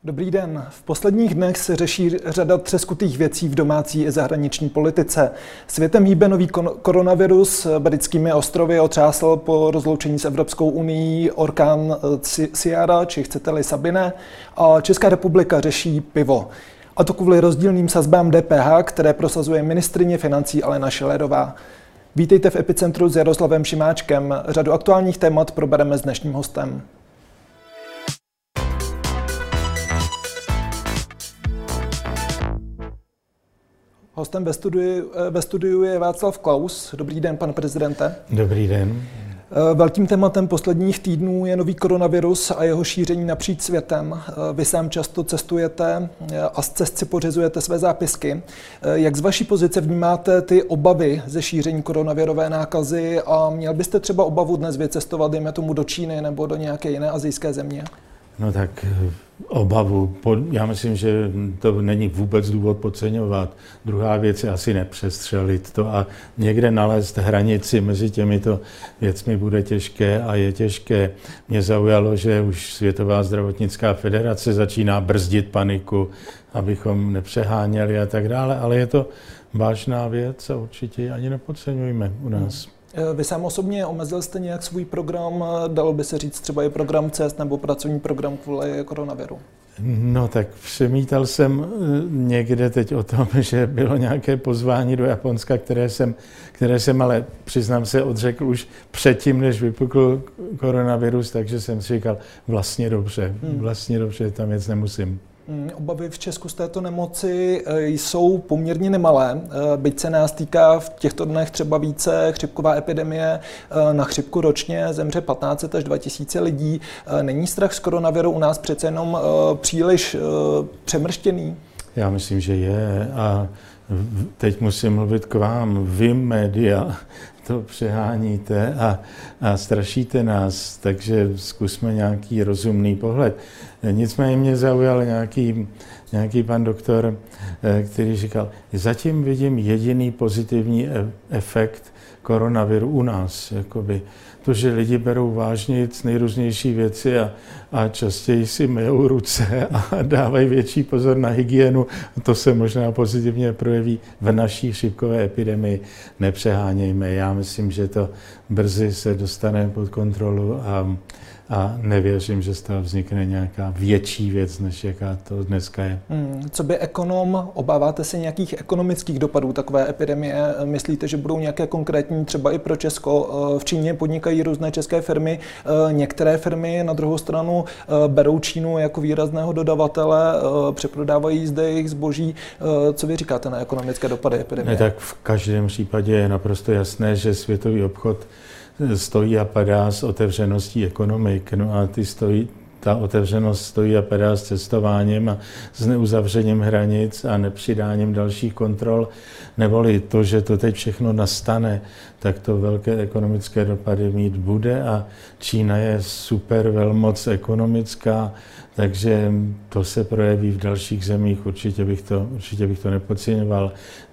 Dobrý den. V posledních dnech se řeší řada třeskutých věcí v domácí i zahraniční politice. Světem hýbe nový koronavirus, britskými ostrovy otřásl po rozloučení s Evropskou unií orkán Ciara, či chcete-li Sabine, a Česká republika řeší pivo. A to kvůli rozdílným sazbám DPH, které prosazuje ministryně financí Alena Schillerová. Vítejte v Epicentru s Jaroslavem Šimáčkem. Řadu aktuálních témat probereme s dnešním hostem. Hostem ve studiu je Václav Klaus. Dobrý den, pane prezidente. Dobrý den. Velkým tématem posledních týdnů je nový koronavirus a jeho šíření napříč světem. Vy sám často cestujete a z cest si pořizujete své zápisky. Jak z vaší pozice vnímáte ty obavy ze šíření koronavirové nákazy a měl byste třeba obavu dnes vycestovat, dejme tomu, do Číny nebo do nějaké jiné asijské země? No tak obavu. Já myslím, že to není vůbec důvod podceňovat. Druhá věc je asi nepřestřelit to a někde nalézt hranici mezi těmito věcmi bude těžké a je těžké. Mě zaujalo, že už Světová zdravotnická federace začíná brzdit paniku, abychom nepřeháněli a tak dále, ale je to vážná věc a určitě ani nepodceňujme u nás. Vy sám osobně omezil jste nějak svůj program, dalo by se říct třeba i program cest nebo pracovní program kvůli koronaviru? No tak přemítal jsem někde teď o tom, že bylo nějaké pozvání do Japonska, které jsem ale přiznám se odřekl už předtím, než vypukl koronavirus, takže jsem si říkal vlastně dobře, tam jet nemusím. Obavy v Česku z této nemoci jsou poměrně nemalé, byť se nás týká v těchto dnech třeba více chřipková epidemie. Na chřipku ročně zemře 1500 až 2000 lidí. Není strach z koronaviru u nás přece jenom příliš přemrštěný? Já myslím, že je a teď musím mluvit k vám. Vy, média, to přeháníte a strašíte nás, takže zkusme nějaký rozumný pohled. Nicméně mě zaujal nějaký pan doktor, který říkal, zatím vidím jediný pozitivní efekt koronaviru u nás. Jakoby to, že lidi berou vážně nejrůznější věci a častěji si myjou ruce a dávají větší pozor na hygienu, to se možná pozitivně projeví v naší chřipkové epidemii. Nepřehánějme. Já myslím, že to brzy se dostane pod kontrolu a nevěřím, že z toho vznikne nějaká větší věc, než jaká to dneska je. Co by ekonom, obáváte se nějakých ekonomických dopadů takové epidemie? Myslíte, že budou nějaké konkrétní třeba i pro Česko? V Číně podnikají různé české firmy. Některé firmy na druhou stranu berou Čínu jako výrazného dodavatele, přeprodávají zde jejich zboží. Co vy říkáte na ekonomické dopady epidemie? Ne, tak v každém případě je naprosto jasné, že světový obchod stojí a padá s otevřeností ekonomik. No a ta otevřenost stojí a padá s cestováním a s neuzavřením hranic a nepřidáním dalších kontrol. Neboli to, že to teď všechno nastane, tak to velké ekonomické dopady mít bude a Čína je super velmoc ekonomická, takže to se projeví v dalších zemích, určitě bych to nepodceňoval.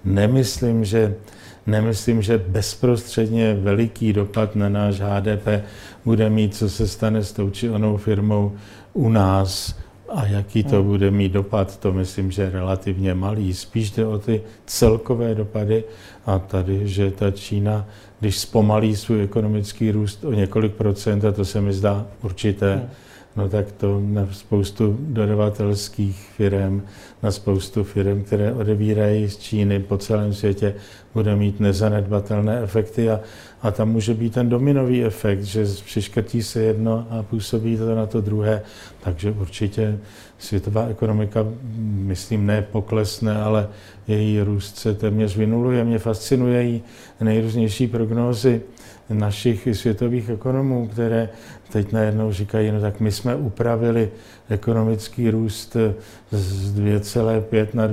Nemyslím, že bezprostředně veliký dopad na náš HDP bude mít, co se stane s tou či onou firmou u nás a jaký to bude mít dopad, to myslím, že je relativně malý. Spíš jde o ty celkové dopady a tady, že ta Čína, když zpomalí svůj ekonomický růst o několik procent, a to se mi zdá určité, no tak to na spoustu dodavatelských firem, na spoustu firem, které odebírají z Číny po celém světě, bude mít nezanedbatelné efekty a tam může být ten dominový efekt, že přiškrtí se jedno a působí to na to druhé. Takže určitě světová ekonomika, myslím, ne poklesne, ale její růst se téměř vynuluje. Mě fascinují nejrůznější prognózy našich světových ekonomů, které teď najednou říkají, no tak my jsme upravili ekonomický růst z 2,5 na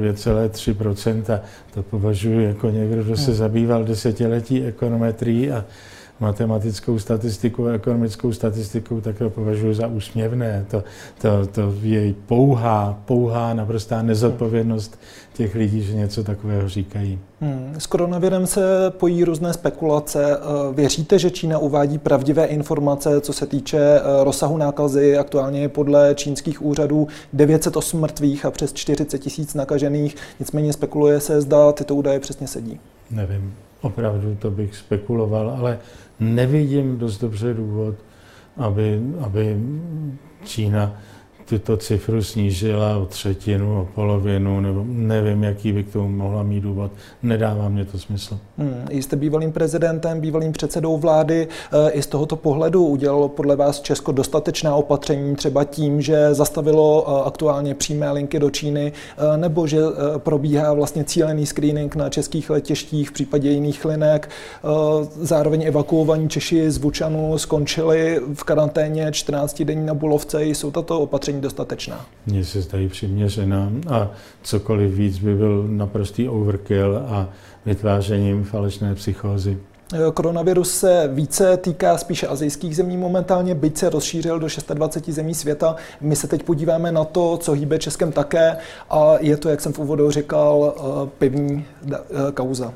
2,3%. To považuji jako někdo, kdo se zabýval desetiletí ekonometrií a matematickou statistikou a ekonomickou statistikou, tak to považuji za úsměvné. To je pouhá naprostá nezodpovědnost těch lidí, že něco takového říkají. S koronavirem se pojí různé spekulace. Věříte, že Čína uvádí pravdivé informace, co se týče rozsahu nákazy? Aktuálně je podle čínských úřadů 908 mrtvých a přes 40 000 nakažených. Nicméně spekuluje se, zda tyto údaje přesně sedí. Nevím, opravdu to bych spekuloval, ale nevidím dost dobře důvod, aby Čína tuto cifru snížila o třetinu, o polovinu, nebo nevím, jaký by k tomu mohla mít důvod. Nedává mě to smysl. Jste bývalým prezidentem, bývalým předsedou vlády. I z tohoto pohledu udělalo podle vás Česko dostatečná opatření, třeba tím, že zastavilo aktuálně přímé linky do Číny, nebo že probíhá vlastně cílený screening na českých letištích v případě jiných linek. Zároveň evakuovaní Češi z Vučanu skončili v karanténě 14 denní na Bulovce. Jsou tato opatření dostatečná? Mně se zdají přiměřená a cokoliv víc by byl naprostý overkill a vytvářením falešné psychózy. Koronavirus se více týká spíše asijských zemí momentálně, byť se rozšířil do 26 zemí světa. My se teď podíváme na to, co hýbe Českem také, a je to, jak jsem v úvodu říkal, pivní kauza.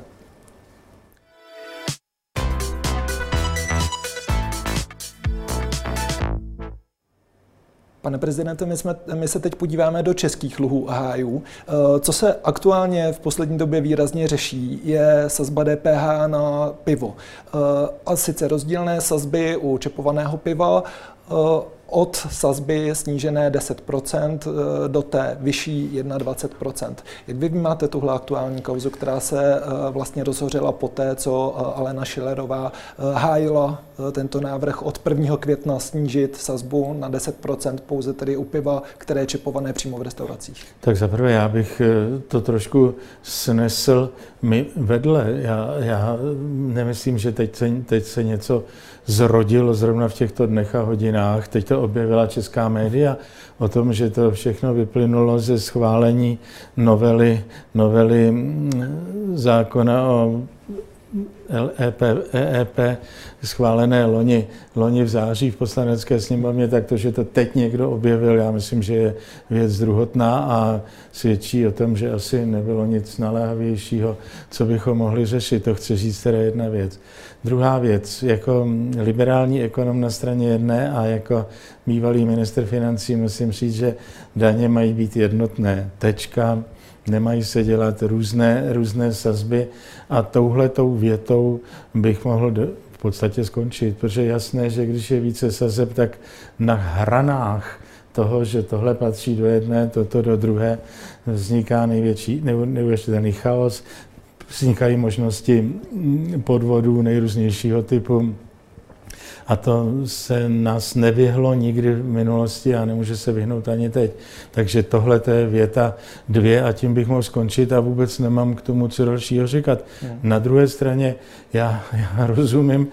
Pane prezidente, my se teď podíváme do českých luhů a hájů. Co se aktuálně v poslední době výrazně řeší, je sazba DPH na pivo. A sice rozdílné sazby u čepovaného piva, od sazby snížené 10% do té vyšší 21%. Jak vy vnímáte tuhle aktuální kauzu, která se vlastně rozhořela poté, co Alena Schillerová hájila tento návrh od 1. května snížit sazbu na 10%, pouze tedy u piva, které je čepované přímo v restauracích? Tak zaprvé já bych to trošku snesl vedle. Já nemyslím, že teď se něco zrodilo zrovna v těchto dnech a hodinách. Teď to objevila česká média o tom, že to všechno vyplynulo ze schválení novely zákona o EEP schválené loni v září v Poslanecké sněmovně, tak to, že to teď někdo objevil, já myslím, že je věc druhotná a svědčí o tom, že asi nebylo nic naléhavějšího, co bychom mohli řešit. To chci říct teda jedna věc. Druhá věc, jako liberální ekonom na straně jedné a jako bývalý ministr financí musím říct, že daně mají být jednotné. Tečka. Nemají se dělat různé sazby a touhletou větou bych mohl v podstatě skončit, protože je jasné, že když je více sazeb, tak na hranách toho, že tohle patří do jedné, toto do druhé, vzniká neuvěřitelný chaos, vznikají možnosti podvodů nejrůznějšího typu. A to se nás nevyhlo nikdy v minulosti a nemůže se vyhnout ani teď. Takže tohle je věta 2 a tím bych mohl skončit a vůbec nemám k tomu co dalšího říkat. Na druhé straně já rozumím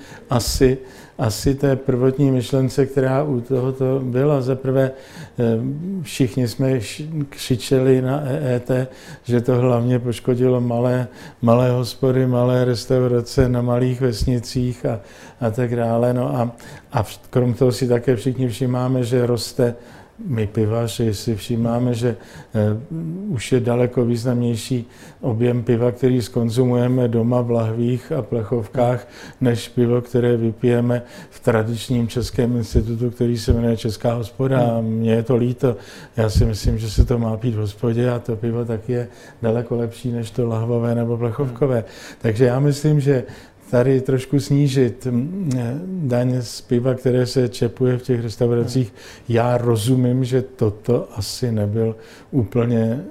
asi té prvotní myšlence, která u tohoto byla. Zaprvé všichni jsme křičeli na EET, že to hlavně poškodilo malé hospody, malé restaurace na malých vesnicích a tak dále. No a krom toho si také všichni všímáme, že roste. My pivaři si všímáme, že už je daleko významnější objem piva, který zkonzumujeme doma v lahvích a plechovkách, než pivo, které vypijeme v tradičním českém institutu, který se jmenuje Česká hospoda. A mně je to líto. Já si myslím, že se to má pít v hospodě a to pivo taky je daleko lepší než to lahvové nebo plechovkové. Takže já myslím, že tady trošku snížit daň z piva, které se čepuje v těch restauracích. Já rozumím, že toto asi nebyl úplně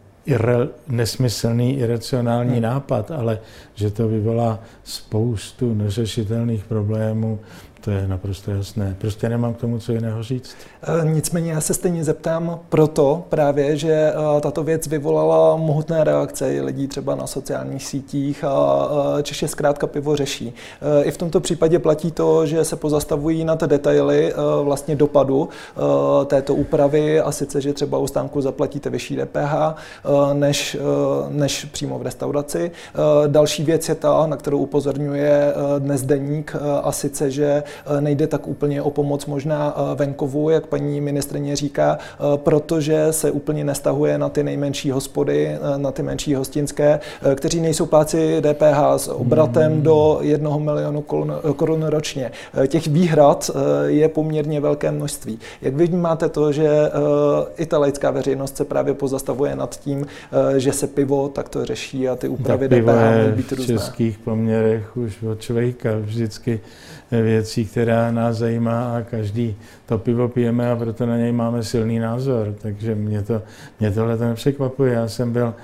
nesmyslný, iracionální nápad, ale že to vyvolá spoustu neřešitelných problémů, To je naprosto jasné. Prostě nemám k tomu co jiného říct. Nicméně já se stejně zeptám proto právě, že tato věc vyvolala mohutné reakce lidí třeba na sociálních sítích a Češi zkrátka pivo řeší. I v tomto případě platí to, že se pozastavují nad detaily vlastně dopadu této úpravy, a sice, že třeba u stánku zaplatíte vyšší DPH než přímo v restauraci. Další věc je ta, na kterou upozorňuje dnes Deník, a sice, že nejde tak úplně o pomoc možná venkovu, jak paní ministryně říká, protože se úplně nestahuje na ty nejmenší hospody, na ty menší hostinské, kteří nejsou plátci DPH s obratem do 1 milionu korun ročně. Těch výhrad je poměrně velké množství. Jak vy vnímáte to, že i ta laická veřejnost se právě pozastavuje nad tím, že se pivo takto řeší a ty úpravy DPH mají být různé? V českých poměrech už od člověka vždycky věcí, která nás zajímá, a každý to pivo pijeme a proto na něj máme silný názor. Takže mě tohle to nepřekvapuje. Já jsem byl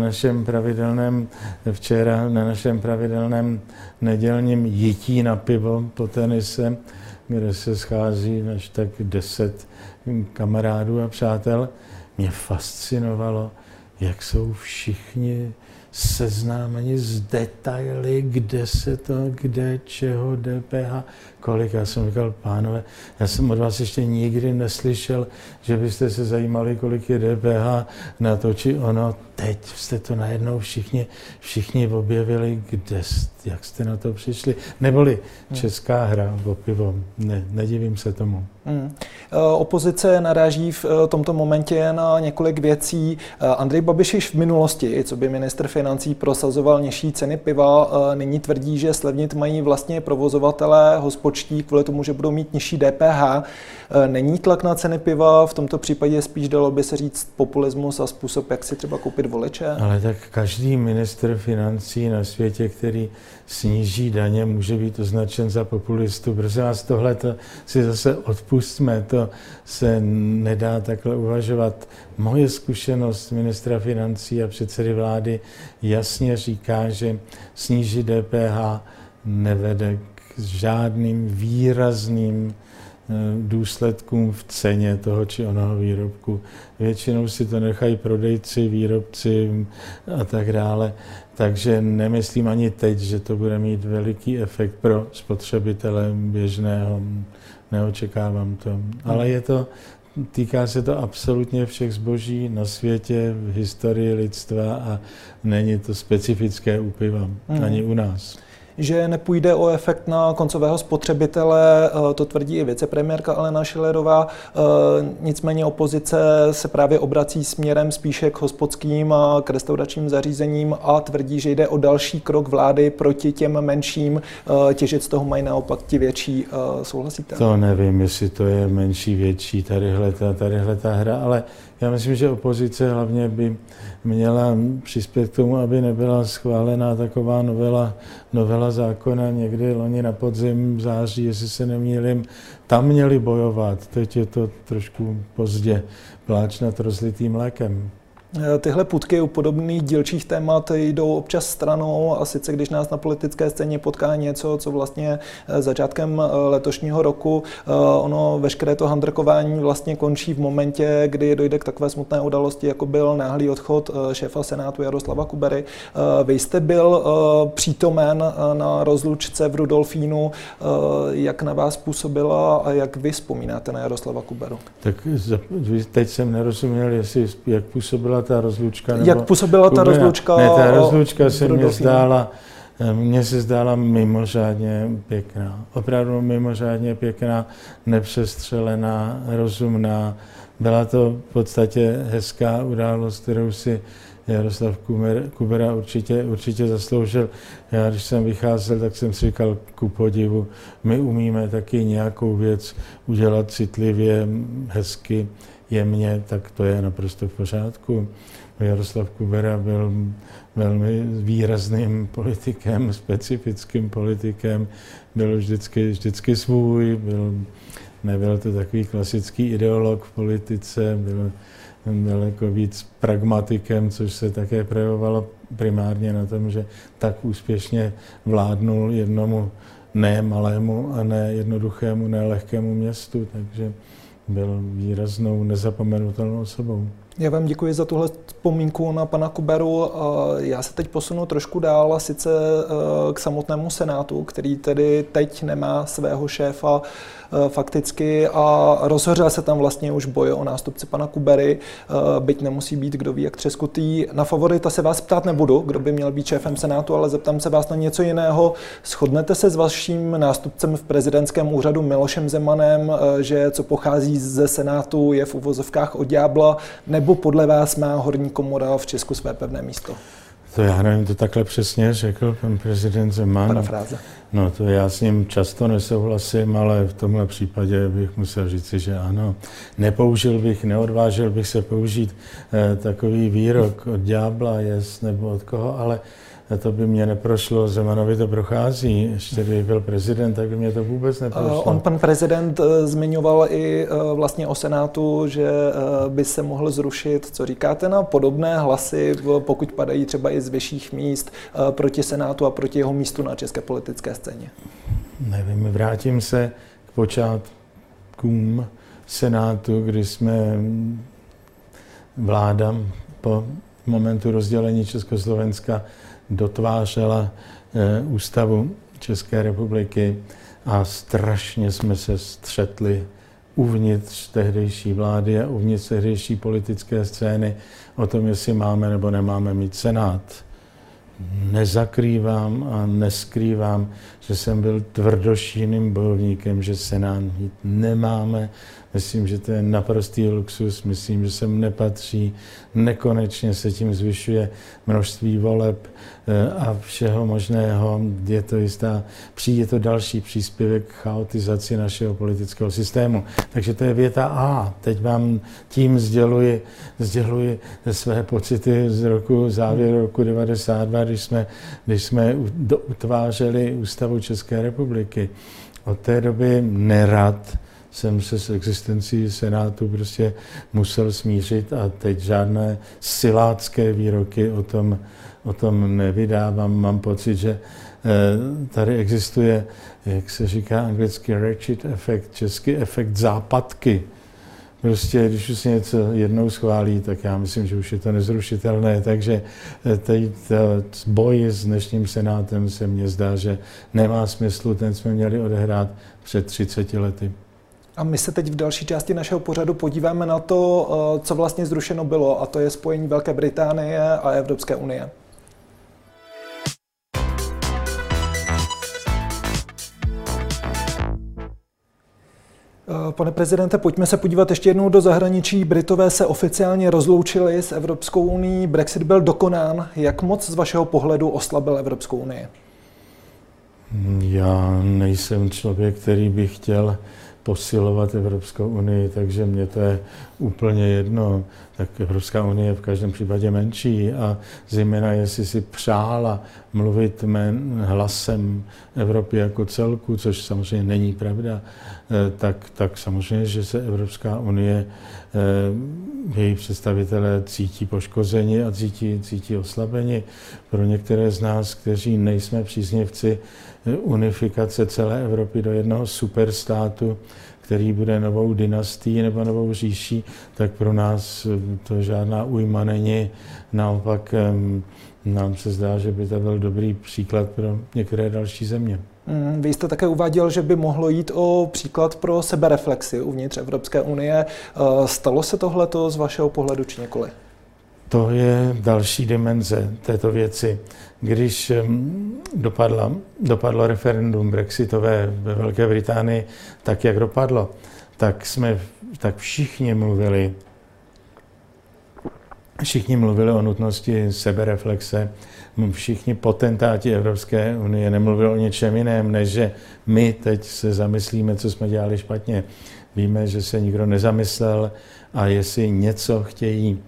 včera na našem pravidelném nedělním jití na pivo po tenise, kde se schází až tak 10 kamarádů a přátel. Mě fascinovalo, jak jsou všichni seznámeni s detaily, kde, čeho, DPH, kolik. Já jsem říkal, pánové, já jsem od vás ještě nikdy neslyšel, že byste se zajímali, kolik je DPH na to či ono. Teď jste to najednou všichni objevili, jak jste na to přišli. Neboli česká hra o pivo, nedivím se tomu. Opozice naráží v tomto momentě na několik věcí. Andrej Babiš již v minulosti, co by ministr financí prosazoval nižší ceny piva, nyní tvrdí, že slevnit mají vlastně provozovatelé hospodští kvůli tomu, že budou mít nižší DPH. Není tlak na ceny piva v tomto případě spíš, dalo by se říct, populismus a způsob, jak si třeba koupit voliče? Ale tak každý ministr financí na světě, který sníží daně, může být označen za populistu. Prosím vás, tohleto si zase odpustme, to se nedá takhle uvažovat. Moje zkušenost ministra financí a předsedy vlády jasně říká, že snížit DPH nevede k žádným výrazným důsledkům v ceně toho či onoho výrobku. Většinou si to nechají prodejci, výrobci a tak dále. Takže nemyslím ani teď, že to bude mít veliký efekt pro spotřebitele běžného. Neočekávám to. Ale týká se to absolutně všech zboží na světě, v historii lidstva, a není to specifické u piva, ani u nás. Že nepůjde o efekt na koncového spotřebitele, to tvrdí i vicepremiérka Alena Schillerová. Nicméně opozice se právě obrací směrem spíše k hospodským a k restauračním zařízením a tvrdí, že jde o další krok vlády proti těm menším. Těžit z toho mají naopak ti větší. Souhlasíte? To nevím, jestli to je menší, větší, tadyhle ta hra, ale já myslím, že opozice hlavně by měla přispět k tomu, aby nebyla schválená taková novela zákona někdy loni na podzim, v září, jestli se nemýlím. Tam měli bojovat, teď je to trošku pozdě, pláč nad rozlitým mlékem. Tyhle půtky u podobných dílčích témat jdou občas stranou, a sice když nás na politické scéně potká něco, co vlastně začátkem letošního roku, ono veškeré to handrkování vlastně končí v momentě, kdy dojde k takové smutné události, jako byl náhlý odchod šéfa Senátu Jaroslava Kubery. Vy jste byl přítomen na rozlučce v Rudolfínu, jak na vás působila a jak vy vzpomínáte na Jaroslava Kuberu? Tak teď jsem nerozuměl, jak působila ta rozlučka. Jak působila ta rozlučka? Ne, ta rozlučka mně se zdála mimořádně pěkná. Opravdu mimořádně pěkná, nepřestřelená, rozumná. Byla to v podstatě hezká událost, kterou si Jaroslav Kubera určitě zasloužil. Já, když jsem vycházel, tak jsem si říkal, ku podivu, my umíme taky nějakou věc udělat citlivě, hezky, jemně, tak to je naprosto v pořádku. Jaroslav Kubera byl velmi výrazným politikem, specifickým politikem, byl vždycky svůj, nebyl to takový klasický ideolog v politice, byl daleko víc pragmatikem, což se také projevovalo primárně na tom, že tak úspěšně vládnul jednomu ne malému a ne jednoduchému, ne lehkému městu, takže byl výraznou nezapomenutelnou osobou. Já vám děkuji za tuhle vzpomínku na pana Kuberu. Já se teď posunu trošku dál, a sice k samotnému Senátu, který tedy teď nemá svého šéfa fakticky a rozhořel se tam vlastně už boj o nástupce pana Kubery, byť nemusí být kdo ví jak třeskutý. Na favorita se vás ptát nebudu, kdo by měl být šéfem Senátu, ale zeptám se vás na něco jiného. Shodnete se s vaším nástupcem v prezidentském úřadu Milošem Zemanem, že co pochází ze Senátu je v uvozovkách od ďábla, nebo podle vás má horní komora v Česku své pevné místo? To já nevím, to takhle přesně řekl pan prezident Zeman. Parafráze. No to já s ním často nesouhlasím, ale v tomhle případě bych musel říci, že ano. Neodvážil bych se použít takový výrok od ďábla, nebo od koho, ale to by mě neprošlo, Zemanovi to prochází. Ještě kdyby byl prezident, tak by mě to vůbec neprošlo. On, pan prezident, zmiňoval i vlastně o Senátu, že by se mohl zrušit. Co říkáte na podobné hlasy, pokud padají třeba i z vyšších míst, proti Senátu a proti jeho místu na české politické scéně? Nevím, vrátím se k počátkům Senátu, kdy jsme vláda po momentu rozdělení Československa dotvářela ústavu České republiky a strašně jsme se střetli uvnitř tehdejší vlády a uvnitř tehdejší politické scény o tom, jestli máme nebo nemáme mít Senát. Nezakrývám a neskrývám, že jsem byl tvrdošíným bojovníkem, že Senát mít nemáme. Myslím, že to je naprostý luxus, myslím, že sem nepatří. Nekonečně se tím zvyšuje množství voleb a všeho možného. Je to další příspěvek k chaotizaci našeho politického systému. Takže to je věta A. Teď vám tím sděluji své pocity z závěru roku 92, když jsme utvářeli ústavu České republiky. Od té doby nerad jsem se s existencí Senátu prostě musel smířit a teď žádné silácké výroky o tom nevydávám. Mám pocit, že tady existuje, jak se říká anglicky, ratchet efekt, český efekt západky. Prostě, když už se něco jednou schválí, tak já myslím, že už je to nezrušitelné. Takže teď boj s dnešním Senátem se mně zdá, že nemá smyslu, ten jsme měli odehrát před 30 lety. A my se teď v další části našeho pořadu podíváme na to, co vlastně zrušeno bylo, a to je spojení Velké Británie a Evropské unie. Pane prezidente, pojďme se podívat ještě jednou do zahraničí. Britové se oficiálně rozloučili s Evropskou unií, Brexit byl dokonán. Jak moc z vašeho pohledu oslabil Evropskou unii? Já nejsem člověk, který by chtěl posilovat Evropskou unii, takže mě to je úplně jedno. Tak Evropská unie je v každém případě menší a zejména jestli si přála mluvit hlasem Evropy jako celku, což samozřejmě není pravda, tak samozřejmě, že se Evropská unie, její představitelé cítí poškozeni a cítí oslabeni. Pro některé z nás, kteří nejsme příznivci unifikace celé Evropy do jednoho superstátu, který bude novou dynastií nebo novou říší, tak pro nás to žádná újma není. Naopak nám se zdá, že by to byl dobrý příklad pro některé další země. Vy jste také uváděl, že by mohlo jít o příklad pro sebereflexi uvnitř Evropské unie. Stalo se tohleto z vašeho pohledu či nikoli? To je další dimenze této věci. Když dopadlo referendum brexitové ve Velké Británii tak, jak dopadlo, tak všichni mluvili o nutnosti sebereflexe. Všichni potentáti Evropské unie nemluvili o něčem jiném, než že my teď se zamyslíme, co jsme dělali špatně. Víme, že se nikdo nezamyslel a jestli něco chtějí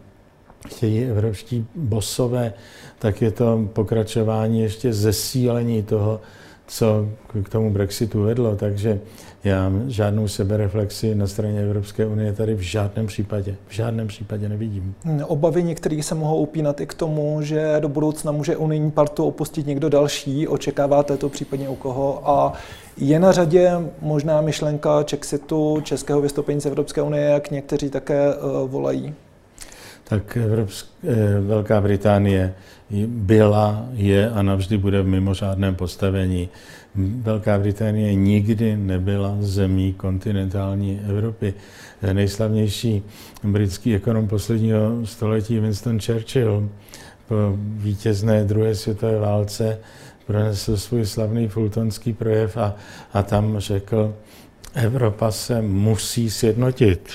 evropští bossové, tak je to pokračování ještě zesílení co k tomu Brexitu vedlo, takže já žádnou sebereflexi na straně Evropské unie tady v žádném případě nevidím. Obavy některých se mohou upínat i k tomu, že do budoucna může unijní partu opustit někdo další. Očekáváte to případně u koho? A je na řadě možná myšlenka Chexitu, českého vystoupení z Evropské unie, jak někteří také volají? Tak Velká Británie byla, je a navždy bude v mimořádném postavení. Velká Británie nikdy nebyla zemí kontinentální Evropy. Nejslavnější britský ekonom posledního století Winston Churchill po vítězné druhé světové válce pronesl svůj slavný fultonský projev a tam řekl, Evropa se musí sjednotit.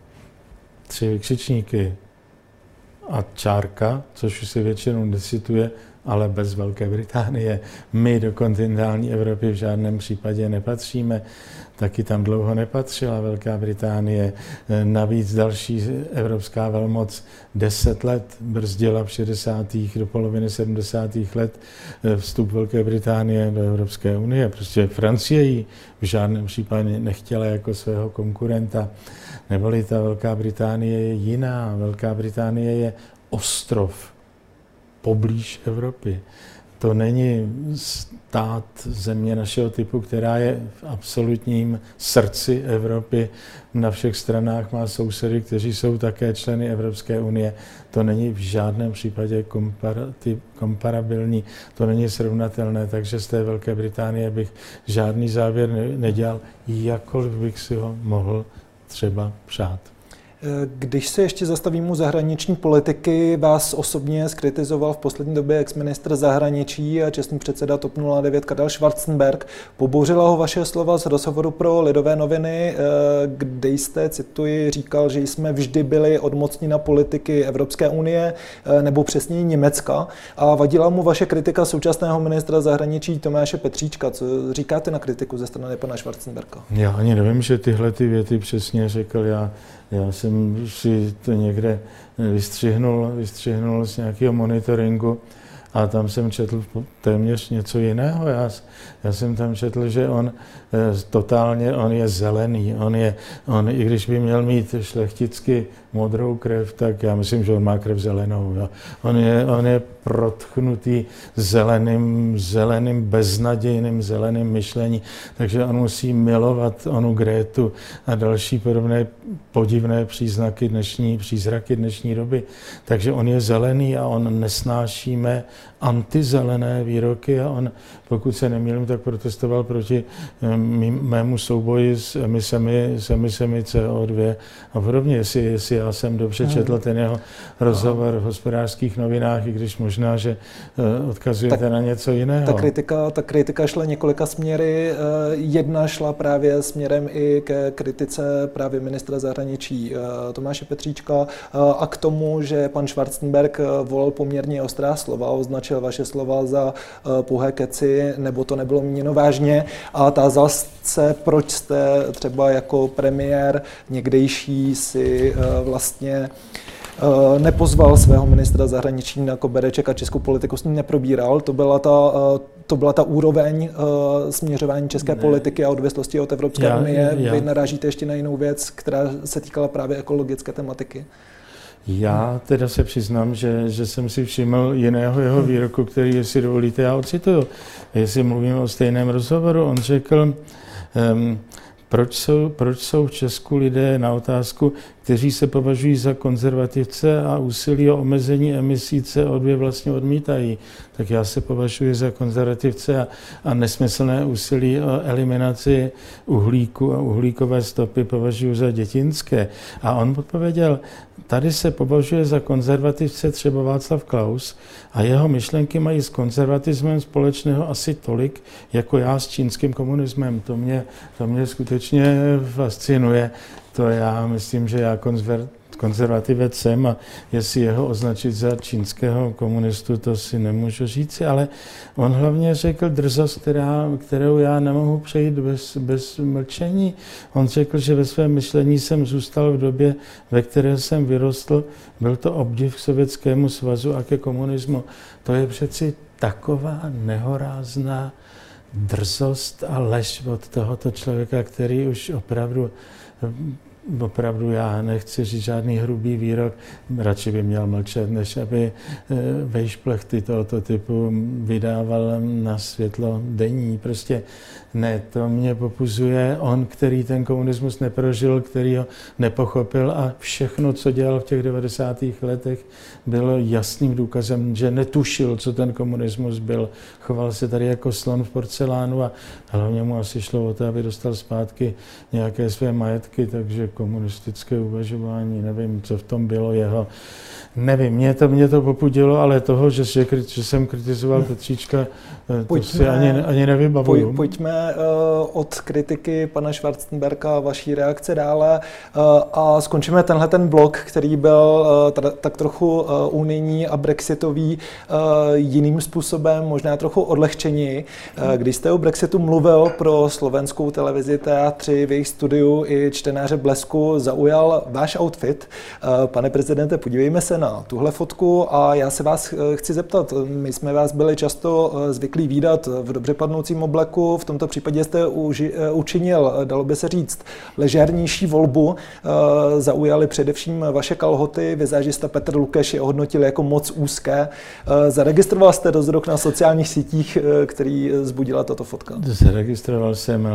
3 vykřičníky. A čárka, což už se většinou necituje, ale bez Velké Británie. My do kontinentální Evropy v žádném případě nepatříme. Taky tam dlouho nepatřila Velká Británie. Navíc další evropská velmoc 10 let brzdila v 60. do poloviny 70. let vstup Velké Británie do Evropské unie. Prostě Francie ji v žádném případě nechtěla jako svého konkurenta. Neboli ta Velká Británie je jiná. Velká Británie je ostrov poblíž Evropy. To není stát země našeho typu, která je v absolutním srdci Evropy. Na všech stranách má sousedy, kteří jsou také členy Evropské unie. To není v žádném případě komparabilní, to není srovnatelné, takže z té Velké Británie bych žádný závěr nedělal, jakkoliv bych si ho mohl třeba přát. Když se ještě zastavím u zahraniční politiky, vás osobně zkritizoval v poslední době exministr zahraničí a čestný předseda TOP 09 Karel Schwarzenberg. Pobouřila ho vaše slova z rozhovoru pro Lidové noviny, kde jste, cituji, říkal, že jsme vždy byli odmocněni politiky Evropské unie, nebo přesněji Německa, a vadila mu vaše kritika současného ministra zahraničí Tomáše Petříčka. Co říkáte na kritiku ze strany pana Schwarzenberga? Já ani nevím, že tyhle ty věty přesně řekl. Já jsem si to někde vystřihnul z nějakého monitoringu a tam jsem četl téměř něco jiného. Já jsem tam četl, že on je zelený. On, i když by měl mít šlechticky modrou krev, tak já myslím, že on má krev zelenou. Jo. On je protchnutý zeleným, beznadějným zeleným myšlení, takže on musí milovat onu Grétu a další podobné podivné přízraky dnešní doby. Takže on je zelený a on nesnášíme antizelené výroky a on, pokud se nemýlím, tak protestoval proti mému souboji s emisemi CO2 a podobně, jestli já jsem dobře četl ten jeho rozhovor v Hospodářských novinách, i když možná, že odkazujete na něco jiného. Ta kritika šla několika směry. Jedna šla právě směrem i ke kritice právě ministra zahraničí Tomáše Petříčka a k tomu, že pan Schwarzenberg volal poměrně ostrá slova, označil vaše slova za pouhé keci, nebo to nebylo míněno vážně, a tázal se, proč jste třeba jako premiér někdejší si vlastně nepozval svého ministra zahraničí na kobereček a českou politiku s ním neprobíral. To byla ta úroveň směřování české politiky a odvislosti od Evropské unie. Vy narážíte ještě na jinou věc, která se týkala právě ekologické tematiky. Já teda se přiznám, že jsem si všiml jiného jeho výroku, který, jestli dovolíte, já ocituju. Jestli mluvíme o stejném rozhovoru, on řekl, proč jsou v Česku lidé na otázku, kteří se považují za konzervativce a úsilí o omezení emisí CO2 vlastně odmítají. Tak já se považuji za konzervativce a nesmyslné úsilí o eliminaci uhlíku a uhlíkové stopy považuji za dětinské. A on odpověděl, tady se považuje za konzervativce třeba Václav Klaus a jeho myšlenky mají s konzervatismem společného asi tolik, jako já s čínským komunismem. To mě skutečně fascinuje. To já myslím, že já konzervativec jsem a jestli jeho označit za čínského komunistu, to si nemůžu říci, ale on hlavně řekl drzost, kterou já nemohu přejít bez mlčení. On řekl, že ve svém myšlení jsem zůstal v době, ve které jsem vyrostl, byl to obdiv k Sovětskému svazu a ke komunismu. To je přeci taková nehorázná drzost a lež od tohoto člověka, který už opravdu já nechci říct žádný hrubý výrok, radši by měl mlčet, než aby vejšplechty tohoto typu vydával na světlo denní. Prostě ne, to mě popuzuje on, který ten komunismus neprožil, který ho nepochopil a všechno, co dělal v těch 90. letech, bylo jasným důkazem, že netušil, co ten komunismus byl. Choval se tady jako slon v porcelánu a hlavně mu asi šlo o to, aby dostal zpátky nějaké své majetky, takže komunistické uvažování, nevím, co v tom bylo jeho. Nevím, mě to popudilo, ale toho, že jsem kritizoval Petříčka, to si ani nevybavuju. Pojďme od kritiky pana Schwarzenberga, vaší reakce dále a skončíme ten blok, který byl tak trochu unijní a brexitový jiným způsobem, možná trochu odlehčení. Když jste o Brexitu mluvil pro slovenskou televizi TA3 v jejich studiu i čtenáře Blesku, zaujal váš outfit. Pane prezidente, podívejme se na tuhle fotku a já se vás chci zeptat. My jsme vás byli často zvyklí vídat v dobře padnoucím obleku, v tomto případě jste učinil, dalo by se říct, ležérnější volbu. Zaujaly především vaše kalhoty, vizážista Petr Lukeš je ohodnotil jako moc úzké. Zaregistroval jste rozruch na sociálních sítích, který vzbudila tato fotka? Zaregistroval jsem,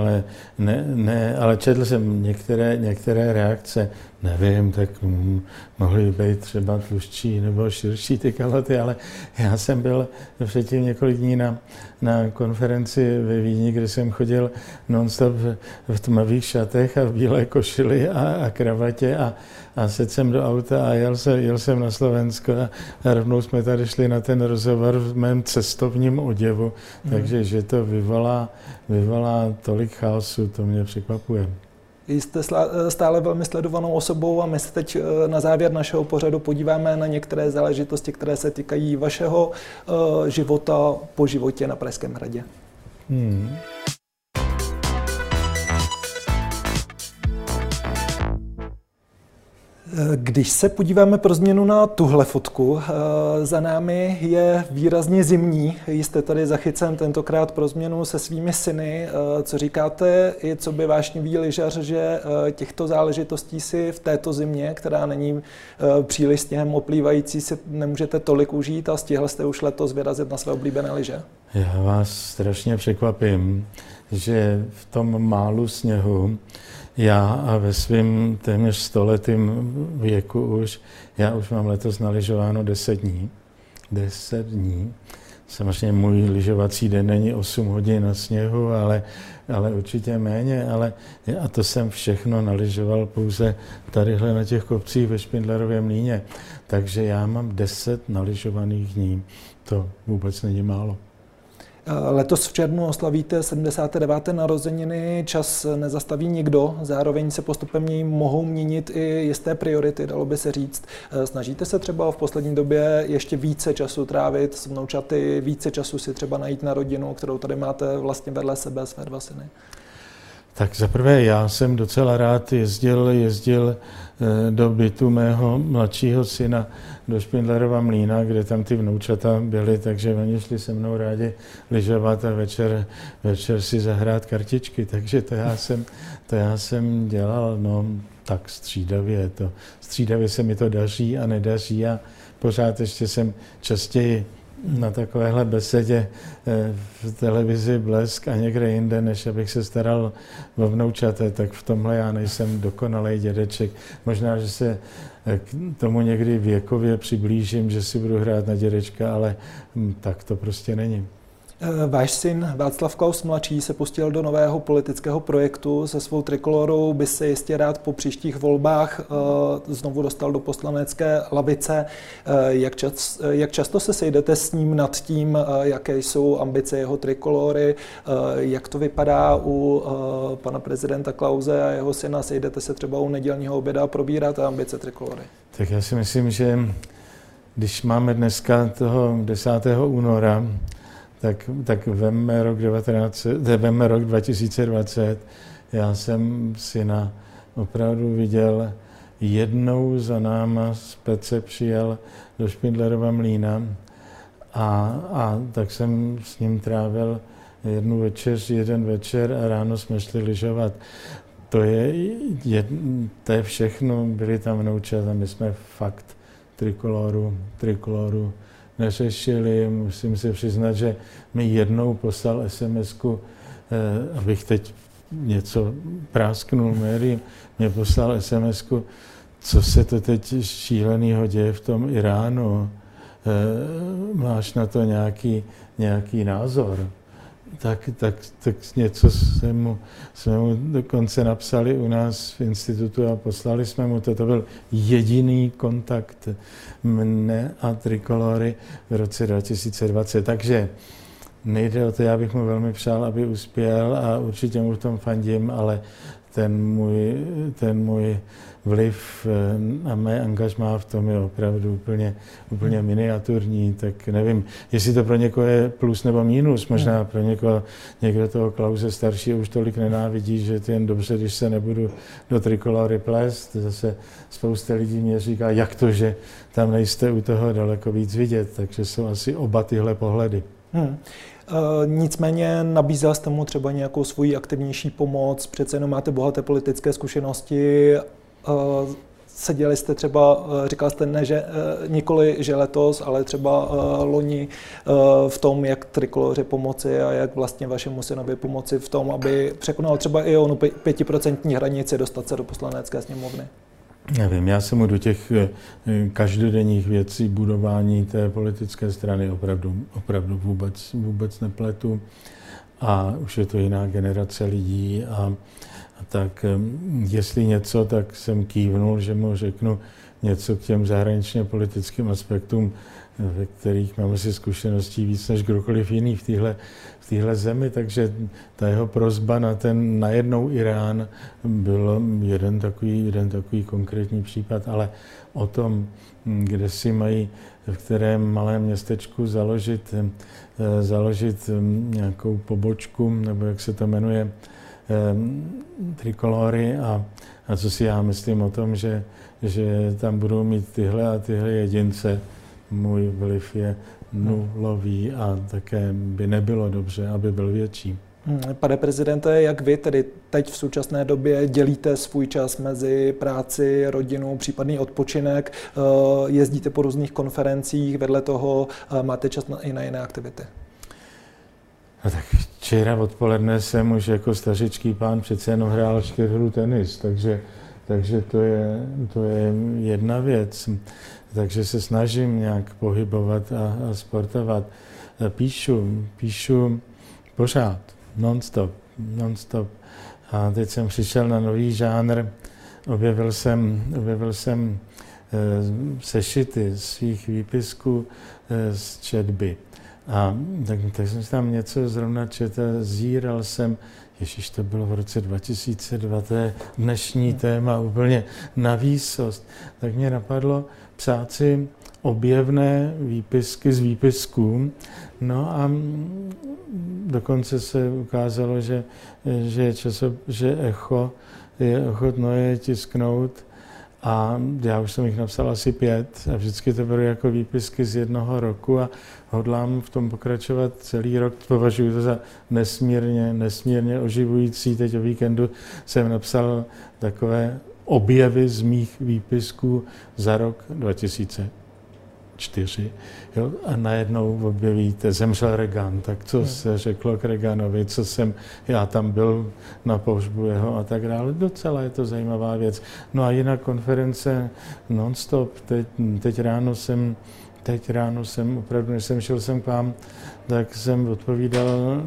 ale četl jsem některé reakce. Nevím, tak mohly být třeba tlustší nebo širší ty kalhoty, ale já jsem byl předtím několik dní na konferenci ve Vídni, kde jsem chodil non-stop v tmavých šatech a v bílé košili a kravatě a sedl jsem do auta a jel jsem na Slovensko a rovnou jsme tady šli na ten rozhovor v mém cestovním oděvu, takže že to vyvolá tolik chaosu, to mě překvapuje. Jste stále velmi sledovanou osobou a my se teď na závěr našeho pořadu podíváme na některé záležitosti, které se týkají vašeho života po životě na Pražském hradě. Když se podíváme pro změnu na tuhle fotku, za námi je výrazně zimní. Jste tady zachycen tentokrát pro změnu se svými syny. Co říkáte, i co by vášnivý lyžař, že těchto záležitostí si v této zimě, která není příliš sněhem oplývající, si nemůžete tolik užít a stihl jste už letos vyrazit na své oblíbené lyže? Já vás strašně překvapím, že v tom málu sněhu já a ve svém téměř 100letém věku já už mám letos nalyžováno 10 dní. 10 dní. Samozřejmě můj lyžovací den není 8 hodin na sněhu, ale určitě méně. A to jsem všechno nalyžoval pouze tadyhle na těch kopcích ve Špindlerově mlýně. Takže já mám 10 nalyžovaných dní. To vůbec není málo. Letos v červnu oslavíte 79. narozeniny, čas nezastaví nikdo, zároveň se postupem něj mohou měnit i jisté priority, dalo by se říct. Snažíte se třeba v poslední době ještě více času trávit s vnoučaty, více času si třeba najít na rodinu, kterou tady máte vlastně vedle sebe, své 2 syny? Tak zaprvé já jsem docela rád jezdil do bytu mého mladšího syna do Špindlerova mlýna, kde tam ty vnoučata byly, takže oni šli se mnou rádi lyžovat a večer si zahrát kartičky, takže to já jsem dělal, tak střídavě se mi to daří a nedaří a pořád ještě jsem častěji na takovéhle besedě v televizi Blesk a někde jinde, než abych se staral o vnoučate, tak v tomhle já nejsem dokonalej dědeček. Možná, že se k tomu někdy věkově přiblížím, že si budu hrát na dědečka, ale tak to prostě není. Váš syn Václav Klaus mladší se pustil do nového politického projektu. Se svou trikolorou by se jistě rád po příštích volbách znovu dostal do poslanecké lavice. Jak často se sejdete s ním nad tím, jaké jsou ambice jeho trikolory? Jak to vypadá u pana prezidenta Klause a jeho syna? Sejdete se třeba u nedělního oběda a probíráte ambice trikolory? Tak já si myslím, že když máme dneska toho 10. února, tak vemme rok 2020. Já jsem syna opravdu viděl jednou za náma z Pece přijel do Špindlerova mlýna a tak jsem s ním trávil jeden večer a ráno jsme šli lyžovat. To je všechno, byli tam vnoučata, my jsme fakt trikoloru neřešili. Musím se přiznat, že mi jednou poslal SMS-ku, abych teď něco prásknul médiím, mě poslal SMS-ku, co se to teď šílenýho děje v tom Iránu, máš na to nějaký názor? Tak něco jsme mu dokonce napsali u nás v institutu a poslali jsme mu to. To byl jediný kontakt mne a Trikolory v roce 2020. Takže nejde o to, já bych mu velmi přál, aby uspěl a určitě mu v tom fandím, ale ten můj vliv a mé angažmá v tom je opravdu úplně miniaturní, tak nevím, jestli to pro někoho je plus nebo mínus, možná pro někdo toho Klause staršího už tolik nenávidí, že to je jen dobře, když se nebudu do Trikolory plést. Zase spousta lidí mě říká, jak to, že tam nejste u toho daleko víc vidět, takže jsou asi oba tyhle pohledy. Nicméně nabízel jste mu třeba nějakou svoji aktivnější pomoc, přece jenom máte bohaté politické zkušenosti, seděli jste třeba, říkal jste ne, že nikoli, že letos, ale třeba loni v tom, jak Trikoloře pomoci a jak vlastně vašemu synovi pomoci v tom, aby překonal třeba i onu 5% hranici dostat se do Poslanecké sněmovny. Nevím, já se mu do těch každodenních věcí budování té politické strany opravdu vůbec nepletu. A už je to jiná generace lidí a tak jestli něco, tak jsem kývnul, že mu řeknu něco k těm zahraničně politickým aspektům, ve kterých mám asi zkušeností víc než kdokoliv jiný v téhle zemi, takže ta jeho prosba na ten najednou Irán byl jeden takový konkrétní případ, ale o tom, kde si mají v kterém malém městečku založit nějakou pobočku, nebo jak se to jmenuje, Trikolory a co si já myslím o tom, že tam budou mít tyhle a tyhle jedince. Můj vliv je nulový a také by nebylo dobře, aby byl větší. Pane prezidente, jak vy tedy teď v současné době dělíte svůj čas mezi práci, rodinu, případný odpočinek, jezdíte po různých konferencích, vedle toho máte čas i na jiné aktivity? No tak včera odpoledne jsem už jako stařičký pán přece jenom hrál 4 tenis, takže to je jedna věc. Takže se snažím nějak pohybovat a sportovat. Píšu pořád, non-stop. A teď jsem přišel na nový žánr, objevil jsem sešity svých výpisků z četby. A tak jsem tam něco zrovna četl, zíral jsem, ježiš, to bylo v roce 2002, to je dnešní téma úplně na výsost. Tak mě napadlo psát si objevné výpisky z výpisků. No a dokonce se ukázalo, že Echo je ochotno je tisknout. A já už jsem jich napsal asi 5 a vždycky to beru jako výpisky z jednoho roku a hodlám v tom pokračovat celý rok. Považuji to za nesmírně oživující. Teď o víkendu jsem napsal takové objevy z mých výpisků za rok 2004. Jo? A najednou objevíte, zemřel Reagan, tak co se řeklo k Reaganovi, já tam byl na pohřbu jeho a tak dále. Docela je to zajímavá věc. No a jinak konference non-stop. Teď ráno jsem opravdu, než jsem šel sem k vám, tak jsem odpovídal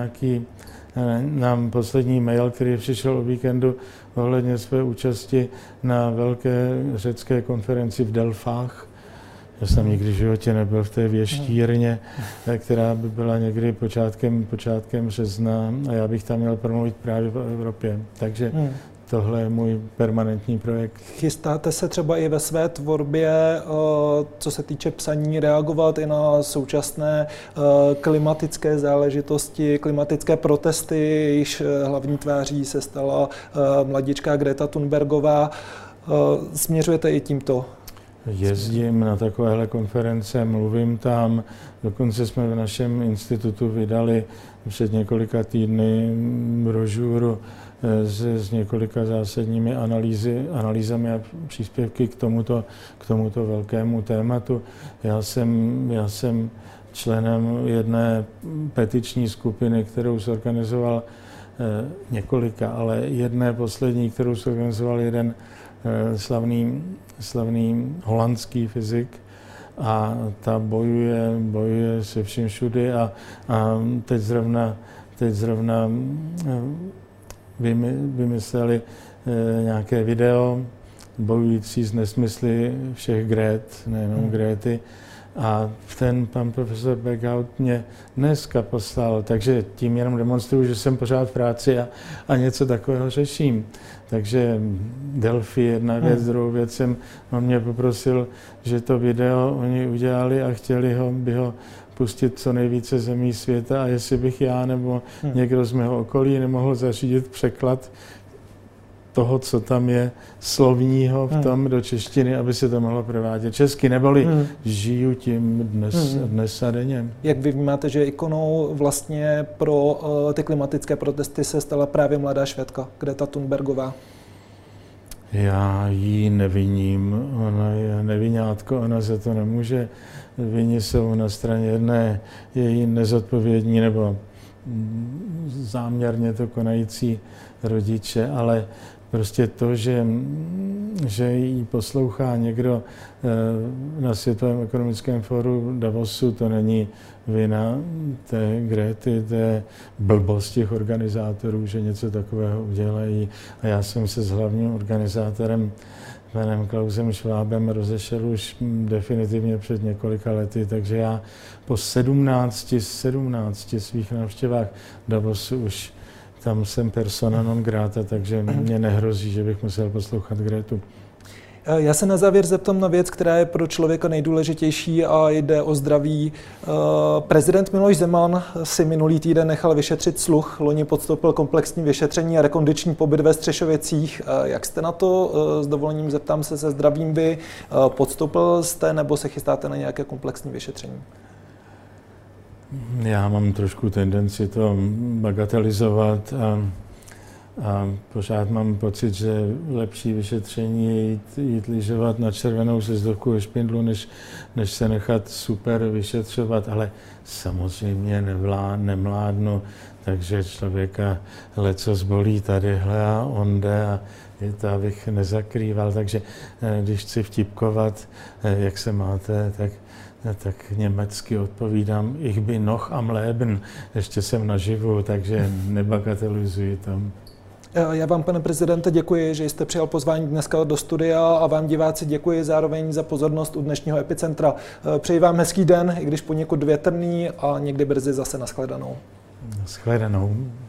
na poslední mail, který přišel o víkendu ohledně své účasti na velké řecké konferenci v Delfách. Já jsem nikdy v životě nebyl v té věštírně, která by byla někdy počátkem března a já bych tam měl promluvit právě v Evropě. Takže tohle je můj permanentní projekt. Chystáte se třeba i ve své tvorbě, co se týče psaní, reagovat i na současné klimatické záležitosti, klimatické protesty, jejichž hlavní tváří se stala mladička Greta Thunbergová. Směřujete i tímto? Jezdím na takovéhle konference, mluvím tam, dokonce jsme v našem institutu vydali před několika týdny brožuru s několika zásadními analýzami a příspěvky k tomuto velkému tématu. Já jsem členem jedné petiční skupiny, kterou zorganizoval několika, ale jedné poslední, kterou zorganizoval jeden slavný holandský fyzik, a ta bojuje se vším všudy a teď zrovna vymysleli nějaké video bojující s nesmysly všech Gret, nejenom Grety. A ten pan profesor Berghaut mě dneska poslal, takže tím jenom demonstruju, že jsem pořád v práci a něco takového řeším. Takže Delphi, jedna věc, druhou věc on mě poprosil, že to video oni udělali a chtěli by ho pustit co nejvíce zemí světa a jestli bych já nebo někdo z mého okolí nemohl zařídit překlad toho, co tam je slovního v tom do češtiny, aby se to mohlo provádět česky, neboli žiju tím dnes a denně. Jak vy vnímáte, že ikonou vlastně pro ty klimatické protesty se stala právě mladá Švédka, Greta Thunbergová? Já ji neviním, ona je neviňátko, ona za to nemůže. Vini jsou na straně jedné její nezodpovědní nebo záměrně to konající rodiče, ale prostě to, že ji poslouchá někdo na Světovém ekonomickém fóru Davosu, to není vina té Grety, té blbost těch organizátorů, že něco takového udělají. A já jsem se s hlavním organizátorem panem Klausem Schwabem rozešel už definitivně před několika lety, takže já po 17 svých návštěvách Davosu už tam jsem persona non grata, takže mě nehrozí, že bych musel poslouchat Gretu. Já se na závěr zeptám na věc, která je pro člověka nejdůležitější a jde o zdraví. Prezident Miloš Zeman si minulý týden nechal vyšetřit sluch, loni podstoupil komplexní vyšetření a rekondiční pobyt ve Střešovicích. Jak jste na to? S dovolením zeptám se zdravím vy. Podstoupil jste nebo se chystáte na nějaké komplexní vyšetření? Já mám trošku tendenci to bagatelizovat a pořád mám pocit, že lepší vyšetření je jít lyžovat na červenou sjezdovku ve Špindlu, než se nechat super vyšetřovat, ale samozřejmě nemládnu, takže člověka lecos bolí tadyhle a onde a to abych nezakrýval, takže když chci vtipkovat, jak se máte, tak německy odpovídám ich bin noch am Leben, ještě jsem naživu, takže nebagatelizuji tam. Já vám, pane prezidente, děkuji, že jste přijal pozvání dneska do studia a vám, diváci, děkuji zároveň za pozornost u dnešního Epicentra. Přeji vám hezký den, i když poněkud větrný, a někdy brzy zase nashledanou. Nashledanou.